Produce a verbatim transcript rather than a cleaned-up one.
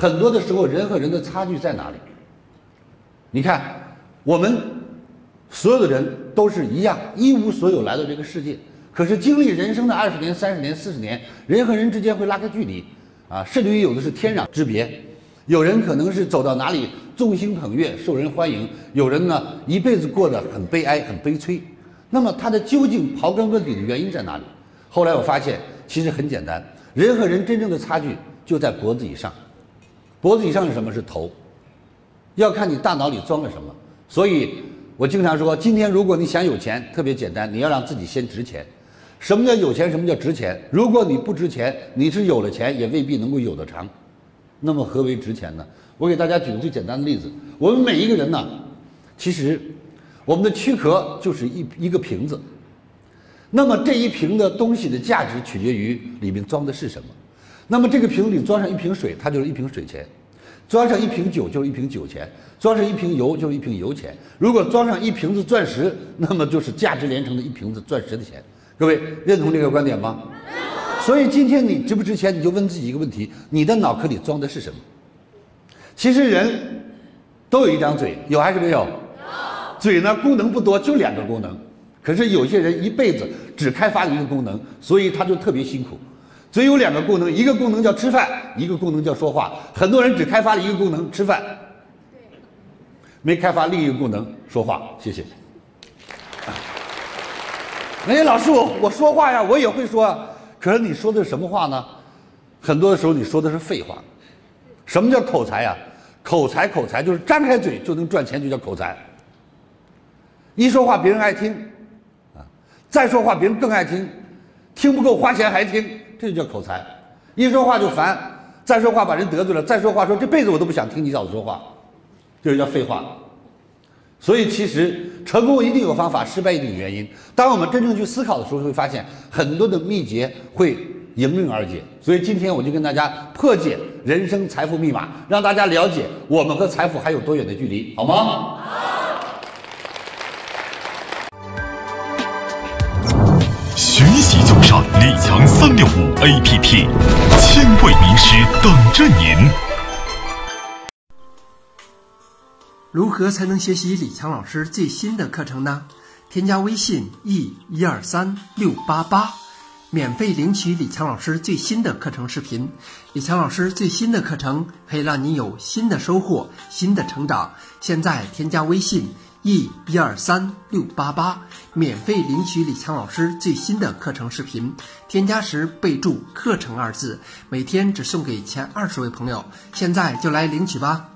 很多的时候人和人的差距在哪里？你看，我们所有的人都是一样，一无所有来到这个世界，可是经历人生的二十年、三十年、四十年，人和人之间会拉开距离啊，甚至于有的是天壤之别。有人可能是走到哪里众星捧月，受人欢迎；有人呢一辈子过得很悲哀、很悲催。那么他的究竟刨根问底的原因在哪里？后来我发现，其实很简单，人和人真正的差距就在脖子以上。脖子以上是什么？是头。要看你大脑里装了什么。所以我经常说，今天如果你想有钱，特别简单，你要让自己先值钱。什么叫有钱？什么叫值钱？如果你不值钱，你是有了钱也未必能够有得长。那么何为值钱呢？我给大家举个最简单的例子，我们每一个人呢，其实我们的躯壳就是一一个瓶子，那么这一瓶的东西的价值取决于里面装的是什么。那么这个瓶里装上一瓶水，它就是一瓶水钱；装上一瓶酒就是一瓶酒钱；装上一瓶油就是一瓶油钱。如果装上一瓶子钻石，那么就是价值连城的一瓶子钻石的钱。各位认同这个观点吗？所以今天你值不值钱，你就问自己一个问题：你的脑壳里装的是什么？其实人都有一张嘴，有还是没有？有。嘴呢功能不多，就两个功能。可是有些人一辈子只开发一个功能，所以他就特别辛苦。嘴有两个功能，一个功能叫吃饭，一个功能叫说话。很多人只开发了一个功能吃饭，没开发另一个功能说话。谢谢。哎，老师，我我说话呀，我也会说。可是你说的是什么话呢？很多的时候你说的是废话。什么叫口才呀？口才口才就是张开嘴就能赚钱，就叫口才。一说话别人爱听，啊，再说话别人更爱听，听不够花钱还听，这就叫口才。一说话就烦，再说话把人得罪了，再说话说这辈子我都不想听你老子说话，这就叫废话。所以其实成功一定有方法，失败一定有原因。当我们真正去思考的时候，会发现很多的秘诀会迎刃而解。所以今天我就跟大家破解人生财富密码，让大家了解我们和财富还有多远的距离，好吗？好。 学习就上李强三六五 A P P， 千位名师等着您。 如何才能学习李强老师最新的课程呢？添加微信 e 一二三六八八，免费领取李强老师最新的课程视频。李强老师最新的课程可以让你有新的收获、新的成长。现在添加微信 e 一二三六八八，免费领取李强老师最新的课程视频。添加时备注课程二字，每天只送给前二十位朋友。现在就来领取吧。